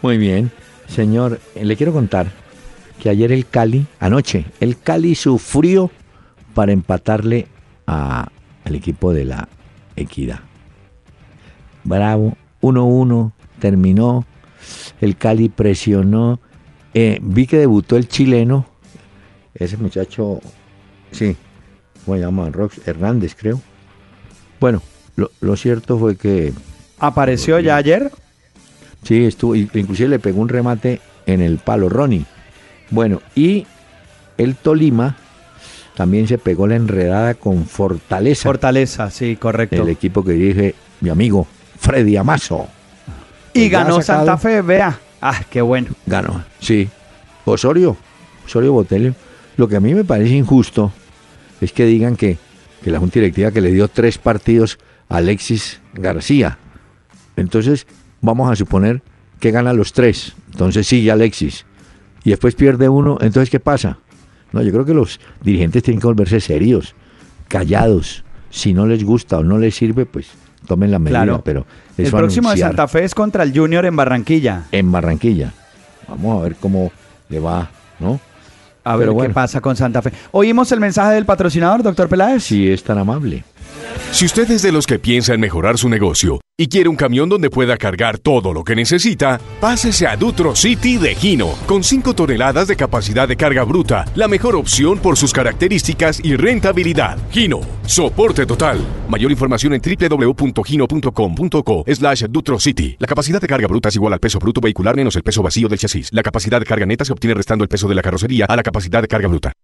Muy bien. Señor, le quiero contar que ayer anoche, el Cali sufrió para empatarle al equipo de la Equidad. Bravo, 1-1, terminó, el Cali presionó, vi que debutó el chileno, ese muchacho, sí, ¿cómo se llama? Rox Hernández, creo. Bueno, lo cierto fue que... ¿Apareció ya ayer? Sí, estuvo, inclusive le pegó un remate en el palo, Ronnie. Bueno, y el Tolima también se pegó la enredada con Fortaleza. Fortaleza, sí, correcto. El equipo que dirige mi amigo Freddy Amazo. Y ganó Santa Fe, vea. Ah, qué bueno. Ganó, sí. Osorio Botelho. Lo que a mí me parece injusto es que digan que la Junta Directiva que le dio 3 partidos a Alexis García. Entonces, vamos a suponer que gana los 3. Entonces sigue Alexis. Y después pierde uno. Entonces, ¿qué pasa? No, yo creo que los dirigentes tienen que volverse serios, callados. Si no les gusta o no les sirve, pues tomen la medida. Claro. Pero el próximo de Santa Fe es contra el Junior en Barranquilla. En Barranquilla. Vamos a ver cómo le va, ¿no? A ver qué pasa con Santa Fe. ¿Oímos el mensaje del patrocinador, doctor Peláez? Si es tan amable. Si usted es de los que piensa en mejorar su negocio y quiere un camión donde pueda cargar todo lo que necesita, pásese a Dutro City de Hino, con 5 toneladas de capacidad de carga bruta, la mejor opción por sus características y rentabilidad. Hino, soporte total. Mayor información en www.hino.com.co/Dutro City. La capacidad de carga bruta es igual al peso bruto vehicular menos el peso vacío del chasis. La capacidad de carga neta se obtiene restando el peso de la carrocería a la capacidad de carga bruta.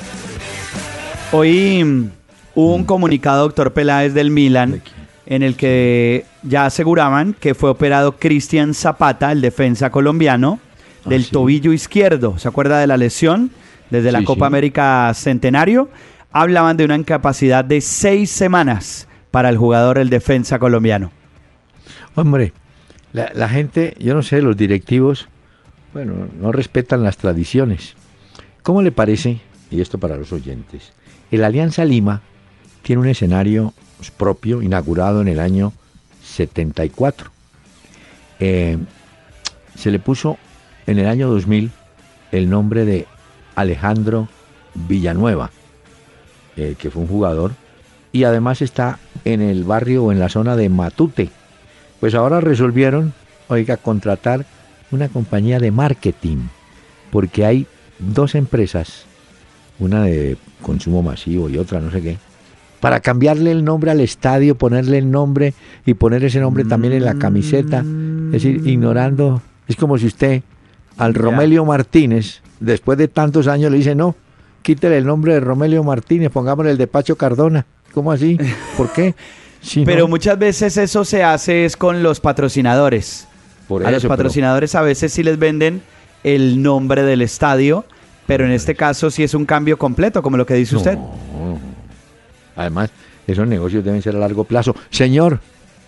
Hoy hubo un comunicado, doctor Peláez, del Milan, en el que ya aseguraban que fue operado Cristian Zapata, el defensa colombiano, del tobillo izquierdo. ¿Se acuerda de la lesión? Desde la Copa América Centenario. Hablaban de una incapacidad de 6 semanas para el jugador, el defensa colombiano. Hombre, la gente, yo no sé, los directivos, bueno, no respetan las tradiciones. ¿Cómo le parece, y esto para los oyentes, el Alianza Lima tiene un escenario propio, inaugurado en el año 74. Se le puso en el año 2000 el nombre de Alejandro Villanueva, que fue un jugador, y además está en el barrio o en la zona de Matute. Pues ahora resolvieron, contratar una compañía de marketing, porque hay 2 empresas, una de consumo masivo y otra no sé qué, para cambiarle el nombre al estadio, ponerle el nombre y poner ese nombre también en la camiseta. Es decir, ignorando. Es como si usted al Romelio Martínez, después de tantos años, le dice, no, quítele el nombre de Romelio Martínez, pongámosle el de Pacho Cardona. ¿Cómo así? ¿Por qué? Pero muchas veces eso se hace es con los patrocinadores. A los patrocinadores a veces sí les venden el nombre del estadio, pero en este caso sí es un cambio completo, como lo que dice usted. Además, esos negocios deben ser a largo plazo. Señor,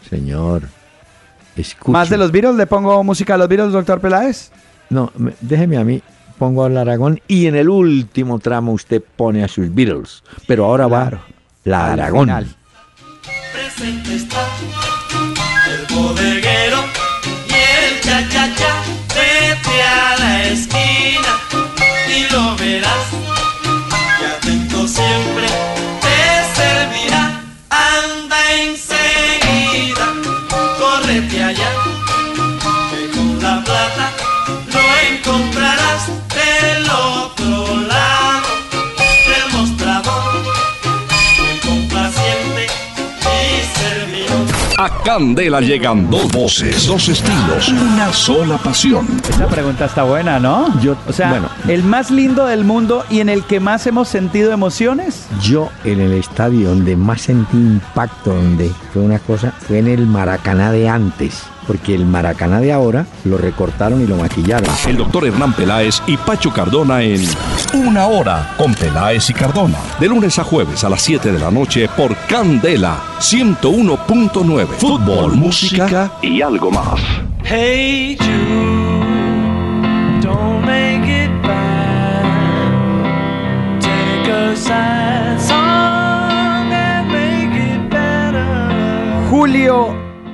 escuche. ¿Más de los Beatles? ¿Le pongo música a los Beatles, doctor Peláez? No, déjeme a mí, pongo al Aragón y en el último tramo usted pone a sus Beatles. Pero ahora va la Aragón. Final. Presente está el bodeguero y el cha-cha-cha. Vete a la esquina y lo verás. Y atento siempre te servirá. Anda enseguida, córrete allá, que con la plata lo encontrarás del otro lado del mostrador. Muy complaciente y servidor. A Candela llegan 2 voces, 2 estilos, una sola pasión. Esa pregunta está buena, ¿no? El más lindo del mundo y en el que más hemos sentido emociones. Yo en el estadio donde más sentí impacto, donde fue una cosa, fue en el Maracaná de antes. Porque el Maracaná de ahora lo recortaron y lo maquillaron. El doctor Hernán Peláez y Pacho Cardona en Una Hora con Peláez y Cardona. De lunes a jueves a las 7 de la noche por Candela 101.9. Fútbol, música y algo más. Hey Jude, don't make it bad. Take a sad song and make it better. Julio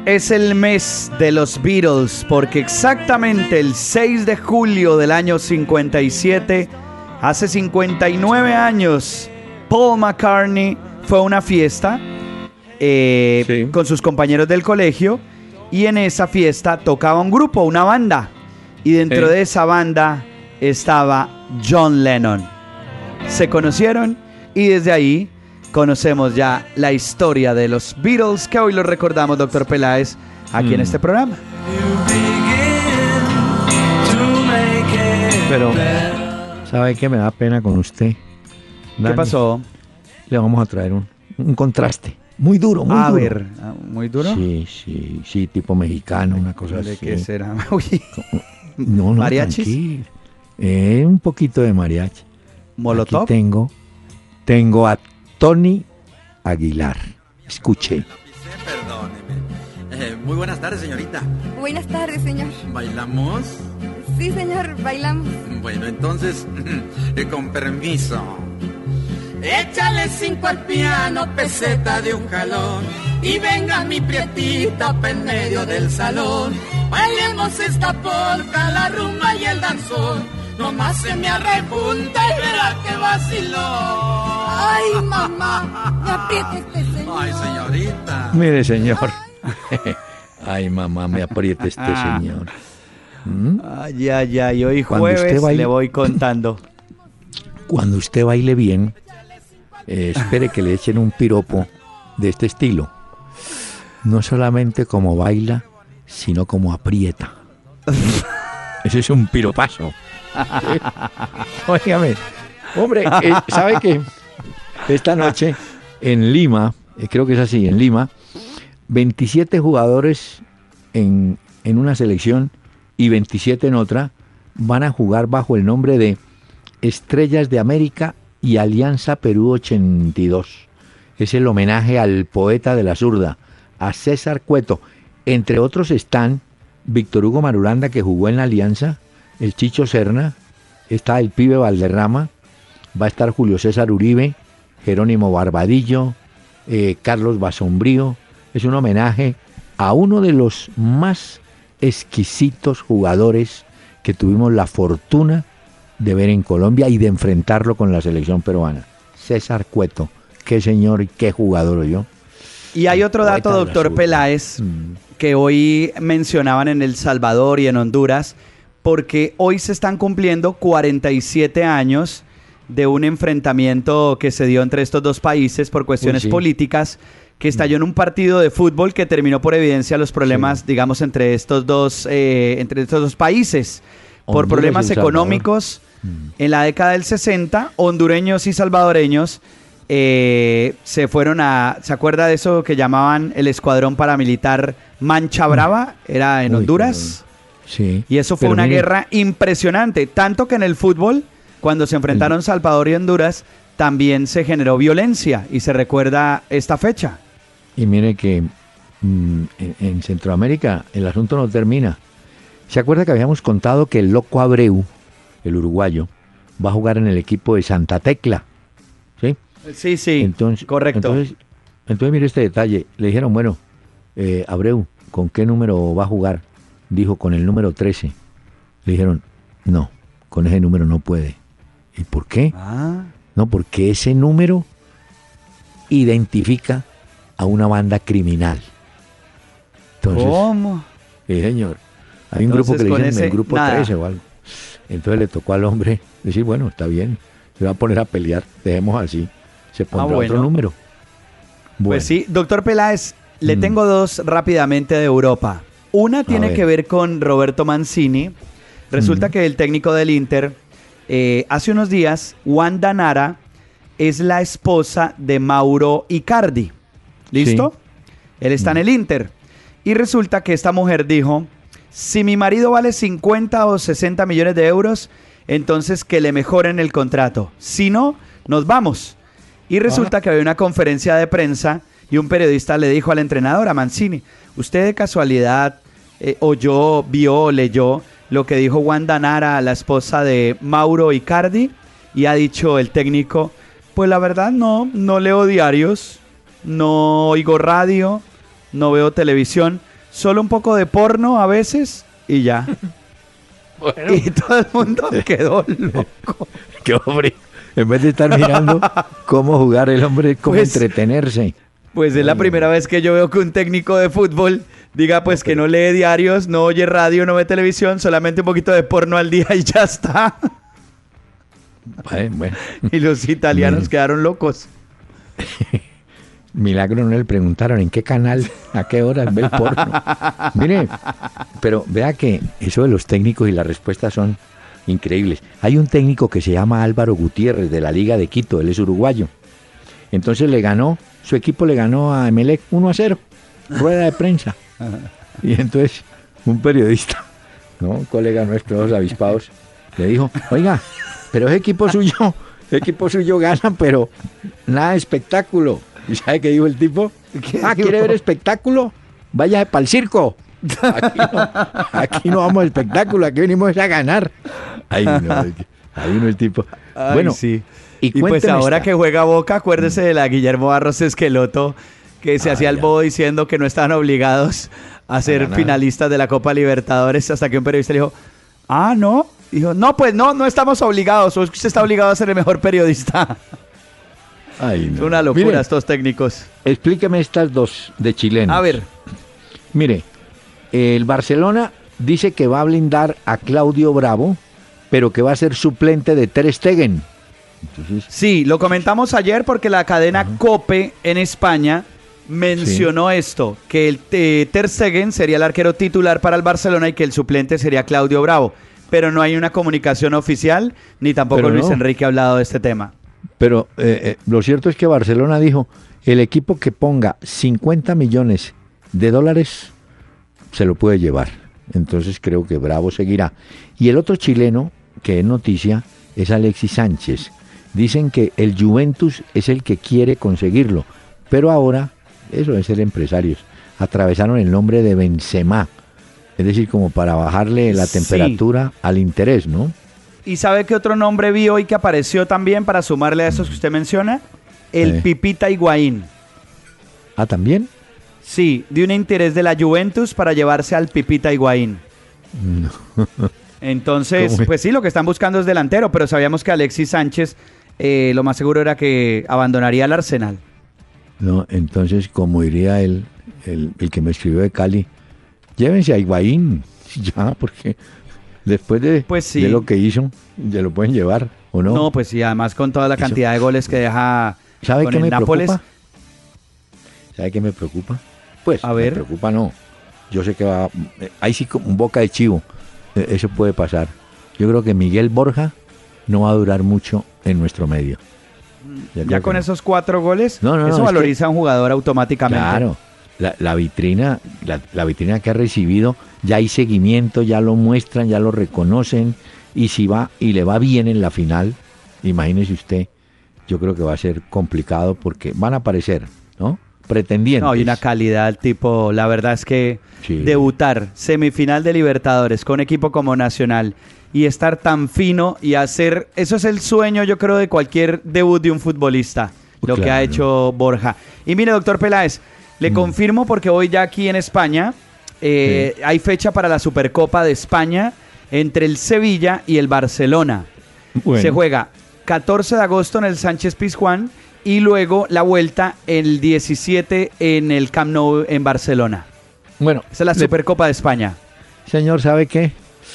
es el mes de los Beatles, porque exactamente el 6 de julio del año 57, hace 59 años, Paul McCartney fue a una fiesta con sus compañeros del colegio, y en esa fiesta tocaba un grupo, una banda, y dentro de esa banda estaba John Lennon. Se conocieron y desde ahí conocemos ya la historia de los Beatles, que hoy lo recordamos, doctor Peláez, aquí en este programa. Pero, ¿sabe qué me da pena con usted, Dani? ¿Qué pasó? Le vamos a traer un contraste muy duro, muy duro. A ver, ¿muy duro? Sí, tipo mexicano, una cosa así. ¿Qué será? Uy. No, ¿Mariachis? Tranquilo. Un poquito de mariachi. ¿Molotov? Aquí tengo a Tony Aguilar. Escuche. Perdóneme. Muy buenas tardes, señorita. Buenas tardes, señor. ¿Bailamos? Sí, señor, bailamos. Bueno, entonces, con permiso. Échale 5 al piano, peseta de un jalón. Y venga mi prietita pa' en medio del salón. Bailemos esta polca, la rumba y el danzón. Nomás se me arrepunta y verá que vaciló. Ay, mamá, me aprieta este señor. Ay, señorita. Mire, señor. Ay, mamá, me aprieta este señor. Ay, hoy jueves le voy contando. Cuando usted baile bien, espere que le echen un piropo de este estilo. No solamente como baila, sino como aprieta. Ese es un piropazo. Óigame, hombre, ¿sabe qué? Esta noche en Lima, creo que es así, en Lima, 27 jugadores en una selección y 27 en otra van a jugar bajo el nombre de Estrellas de América y Alianza Perú 82. Es el homenaje al poeta de la zurda, a César Cueto. Entre otros están Víctor Hugo Marulanda, que jugó en la Alianza, el Chicho Serna, está el Pibe Valderrama, va a estar Julio César Uribe, Jerónimo Barbadillo, Carlos Basombrío. Es un homenaje a uno de los más exquisitos jugadores que tuvimos la fortuna de ver en Colombia y de enfrentarlo con la selección peruana. César Cueto, qué señor y qué jugador oyó. Y hay otro dato, doctor Peláez, que hoy mencionaban en El Salvador y en Honduras, porque hoy se están cumpliendo 47 años de un enfrentamiento que se dio entre estos dos países por cuestiones políticas, que estalló en un partido de fútbol que terminó por evidencia los problemas, digamos, entre estos dos países, por problemas económicos. En la década del 60, hondureños y salvadoreños se fueron ¿se acuerda de eso que llamaban el escuadrón paramilitar Mancha Brava? Era en Honduras. Sí. Y eso fue una guerra impresionante, tanto que en el fútbol, cuando se enfrentaron Salvador y Honduras, también se generó violencia y se recuerda esta fecha. Y mire que en Centroamérica el asunto no termina. ¿Se acuerda que habíamos contado que el Loco Abreu, el uruguayo, va a jugar en el equipo de Santa Tecla? ¿Sí? Sí, entonces, correcto. Entonces mire este detalle. Le dijeron, bueno, Abreu, ¿con qué número va a jugar? Dijo, con el número 13. Le dijeron, no, con ese número no puede. ¿Y por qué? No, porque ese número identifica a una banda criminal. Entonces, ¿cómo? Sí, señor. Hay un grupo que le dicen el grupo 13 o algo. Entonces le tocó al hombre decir, bueno, está bien, se va a poner a pelear, dejemos así. Se pondrá otro número. Bueno. Pues sí, doctor Peláez, le tengo dos rápidamente de Europa. Una tiene que ver con Roberto Mancini. Resulta que el técnico del Inter, hace unos días, Wanda Nara es la esposa de Mauro Icardi. ¿Listo? Sí. Él está en el Inter. Y resulta que esta mujer dijo, si mi marido vale 50 o 60 millones de euros, entonces que le mejoren el contrato. Si no, nos vamos. Y resulta que había una conferencia de prensa y un periodista le dijo al entrenador, a Mancini, ¿usted de casualidad oyó, vio, leyó lo que dijo Wanda Nara, la esposa de Mauro Icardi? Y ha dicho el técnico, pues la verdad no leo diarios, no oigo radio, no veo televisión, solo un poco de porno a veces y ya. Bueno. Y todo el mundo quedó loco. Qué hombre. En vez de estar mirando cómo jugar el hombre, cómo Pues, entretenerse. Pues es la primera vez que yo veo que un técnico de fútbol diga pues que no lee diarios, no oye radio, no ve televisión, solamente un poquito de porno al día y ya está. Bueno, Y los italianos Bien. quedaron locos. Milagro no le preguntaron en qué canal, a qué horas ve el porno. Mire, pero vea que eso de los técnicos y las respuestas son increíbles. Hay un técnico que se llama Álvaro Gutiérrez de la Liga de Quito, él es uruguayo. Entonces su equipo le ganó a Emelec 1-0, rueda de prensa. Y entonces un periodista, ¿no? Un colega nuestro, los avispados, le dijo, oiga, pero ese equipo suyo gana, pero nada de espectáculo. ¿Y sabe qué dijo el tipo? ¿Quiere ver espectáculo? Váyase para el circo. Aquí no vamos a espectáculo, aquí venimos a ganar. Ahí vino el tipo. Ay, Bueno, sí. y Y pues cuénteme ahora esta. que juega Boca, acuérdese de la Guillermo Barros Esqueloto, que se hacía el ya. bobo diciendo que no estaban obligados a ser ganar. finalistas de la Copa Libertadores, hasta que un periodista le dijo, ¿no? Dijo, no, pues no estamos obligados, o es que usted está obligado a ser el mejor periodista. Ay, Es no. una locura Mire, estos técnicos. explíqueme estas dos de chilenos. A ver, Mire, el Barcelona dice que va a blindar a Claudio Bravo, pero que va a ser suplente de Ter Stegen. Entonces, sí, lo comentamos ayer porque la cadena COPE en España mencionó esto, que el Ter Stegen sería el arquero titular para el Barcelona y que el suplente sería Claudio Bravo, pero no hay una comunicación oficial, ni tampoco Pero Luis no. Enrique ha hablado de este tema. pero lo cierto es que Barcelona dijo, el equipo que ponga 50 millones de dólares se lo puede llevar. Entonces creo que Bravo seguirá. Y el otro chileno, que es noticia, es Alexis Sánchez. Dicen que el Juventus es el que quiere conseguirlo, pero ahora, eso es ser empresarios, atravesaron el nombre de Benzema, es decir, como para bajarle la Sí. temperatura al interés, ¿no? ¿Y sabe qué otro nombre vi hoy que apareció también para sumarle a esos que usted menciona? El Sí. Pipita Higuaín. Ah, ¿también? Sí, de un interés de la Juventus para llevarse al Pipita Higuaín. Entonces, ¿Cómo es? pues sí, lo que están buscando es delantero, pero sabíamos que Alexis Sánchez lo más seguro era que abandonaría el Arsenal. No, entonces, como diría el que me escribió de Cali, llévense a Higuaín, ya, porque después Pues sí. de lo que hizo, se lo pueden llevar, ¿o no? No, pues sí, además con toda la Eso- cantidad de goles que deja ¿Sabe con qué el me Nápoles. preocupa? ¿Sabe qué me preocupa? Pues, A ver. me preocupa no. Yo sé que va, ahí sí como un boca de chivo, eso puede pasar. Yo creo que Miguel Borja no va a durar mucho en nuestro medio. Yo Ya creo con que no. esos 4 goles, No, eso es que- valoriza a un jugador automáticamente. Claro, la vitrina, la vitrina que ha recibido, ya hay seguimiento, ya lo muestran, ya lo reconocen, y si va y le va bien en la final, imagínese usted, yo creo que va a ser complicado porque van a aparecer, ¿no? Pretendientes. No, hay una calidad tipo, la verdad es que Sí. debutar semifinal de Libertadores con equipo como Nacional y estar tan fino y hacer, eso es el sueño yo creo de cualquier debut de un futbolista, lo que ha Claro. hecho Borja. Y mire, doctor Peláez, le confirmo porque hoy ya aquí en España hay fecha para la Supercopa de España entre el Sevilla y el Barcelona. Bueno. Se juega 14 de agosto en el Sánchez Pizjuán y luego la vuelta el 17 en el Camp Nou en Barcelona. Bueno, Esa es la Supercopa de España. señor, ¿sabe qué?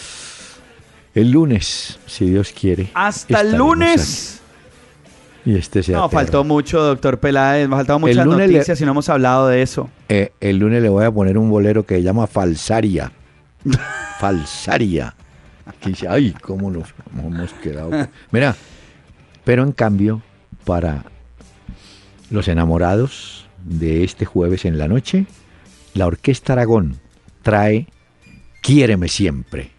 El lunes, si Dios quiere. Hasta el estaremos lunes. aquí. Y este sea No, eterno. faltó mucho, doctor Peláez. Me faltaban muchas lunes noticias y no hemos hablado de eso. El lunes le voy a poner un bolero que se llama Falsaria. Falsaria. Que dice, ay, cómo nos hemos quedado. Mira, pero en cambio, para los enamorados de este jueves en la noche, la Orquesta Aragón trae Quiéreme Siempre.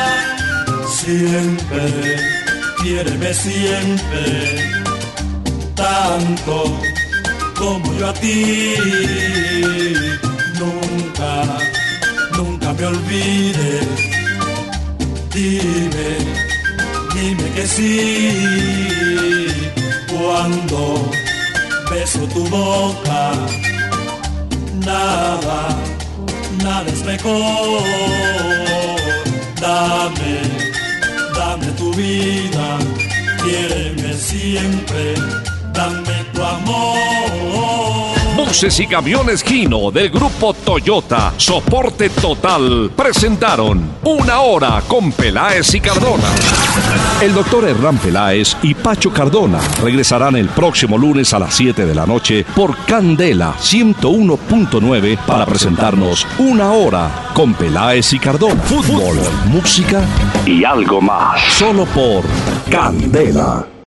Siempre, quiéreme siempre, tanto como yo a ti. Nunca me olvides. Dime que sí. Cuando beso tu boca, nada es mejor. Dame tu vida, quiéreme siempre, dame tu amor. Buses y camiones Gino del grupo Toyota, soporte total, presentaron Una Hora con Peláez y Cardona. El doctor Hernán Peláez y Pacho Cardona regresarán el próximo lunes a las 7 de la noche por Candela 101.9 para presentarnos Una Hora con Peláez y Cardona. Fútbol, música y algo más. Solo por Candela.